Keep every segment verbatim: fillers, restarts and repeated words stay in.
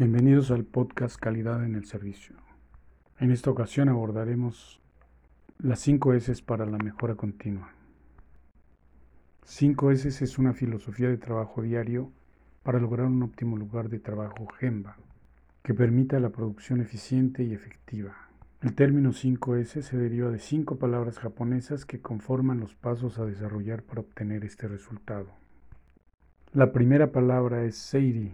Bienvenidos al podcast Calidad en el Servicio. En esta ocasión abordaremos las cinco S para la mejora continua. cinco S es una filosofía de trabajo diario para lograr un óptimo lugar de trabajo Gemba, que permita la producción eficiente y efectiva. El término cinco S se deriva de cinco palabras japonesas que conforman los pasos a desarrollar para obtener este resultado. La primera palabra es Seiri.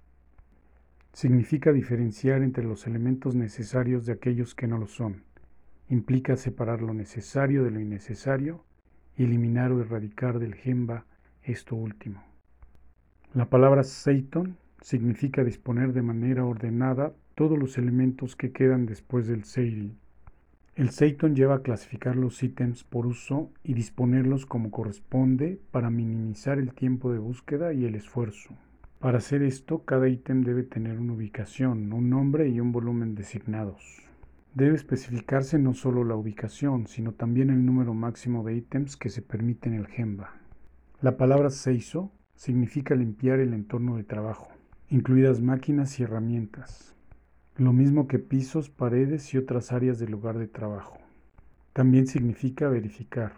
Significa diferenciar entre los elementos necesarios de aquellos que no lo son. Implica separar lo necesario de lo innecesario y eliminar o erradicar del Gemba esto último. La palabra Seiton significa disponer de manera ordenada todos los elementos que quedan después del Seiri. El Seiton lleva a clasificar los ítems por uso y disponerlos como corresponde para minimizar el tiempo de búsqueda y el esfuerzo. Para hacer esto, cada ítem debe tener una ubicación, un nombre y un volumen designados. Debe especificarse no solo la ubicación, sino también el número máximo de ítems que se permite en el Gemba. La palabra Seiso significa limpiar el entorno de trabajo, incluidas máquinas y herramientas, lo mismo que pisos, paredes y otras áreas del lugar de trabajo. También significa verificar.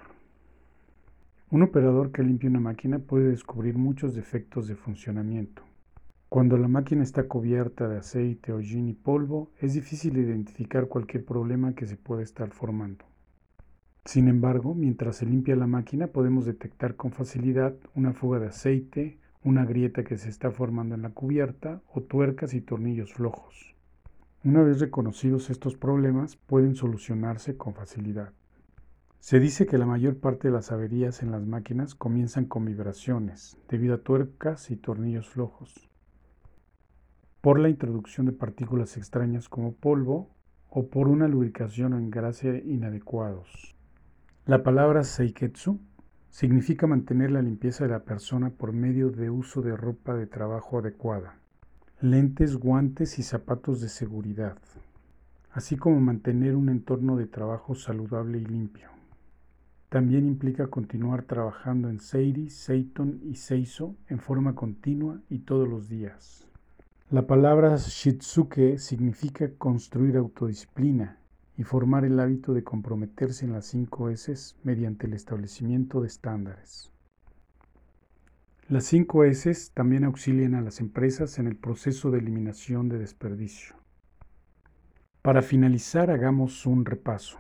Un operador que limpia una máquina puede descubrir muchos defectos de funcionamiento. Cuando la máquina está cubierta de aceite, hollín y polvo, es difícil identificar cualquier problema que se pueda estar formando. Sin embargo, mientras se limpia la máquina, podemos detectar con facilidad una fuga de aceite, una grieta que se está formando en la cubierta o tuercas y tornillos flojos. Una vez reconocidos estos problemas, pueden solucionarse con facilidad. Se dice que la mayor parte de las averías en las máquinas comienzan con vibraciones, debido a tuercas y tornillos flojos, por la introducción de partículas extrañas como polvo o por una lubricación o engrase inadecuados. La palabra seiketsu significa mantener la limpieza de la persona por medio de uso de ropa de trabajo adecuada, lentes, guantes y zapatos de seguridad, así como mantener un entorno de trabajo saludable y limpio. También implica continuar trabajando en Seiri, Seiton y Seiso en forma continua y todos los días. La palabra Shitsuke significa construir autodisciplina y formar el hábito de comprometerse en las cinco S mediante el establecimiento de estándares. Las cinco S también auxilian a las empresas en el proceso de eliminación de desperdicio. Para finalizar, hagamos un repaso.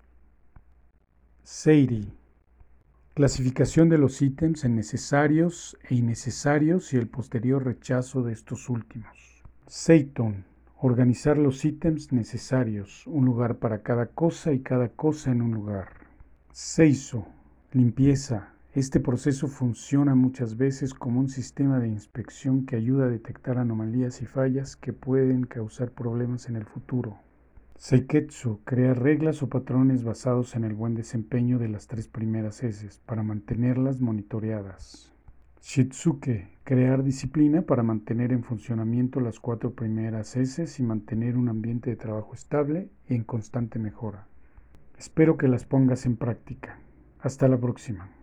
Seiri. Clasificación de los ítems en necesarios e innecesarios y el posterior rechazo de estos últimos. Seiton. Organizar los ítems necesarios, un lugar para cada cosa y cada cosa en un lugar. Seiso. Limpieza. Este proceso funciona muchas veces como un sistema de inspección que ayuda a detectar anomalías y fallas que pueden causar problemas en el futuro. Seiketsu, crear reglas o patrones basados en el buen desempeño de las tres primeras S para mantenerlas monitoreadas. Shitsuke, crear disciplina para mantener en funcionamiento las cuatro primeras S y mantener un ambiente de trabajo estable y en constante mejora. Espero que las pongas en práctica. Hasta la próxima.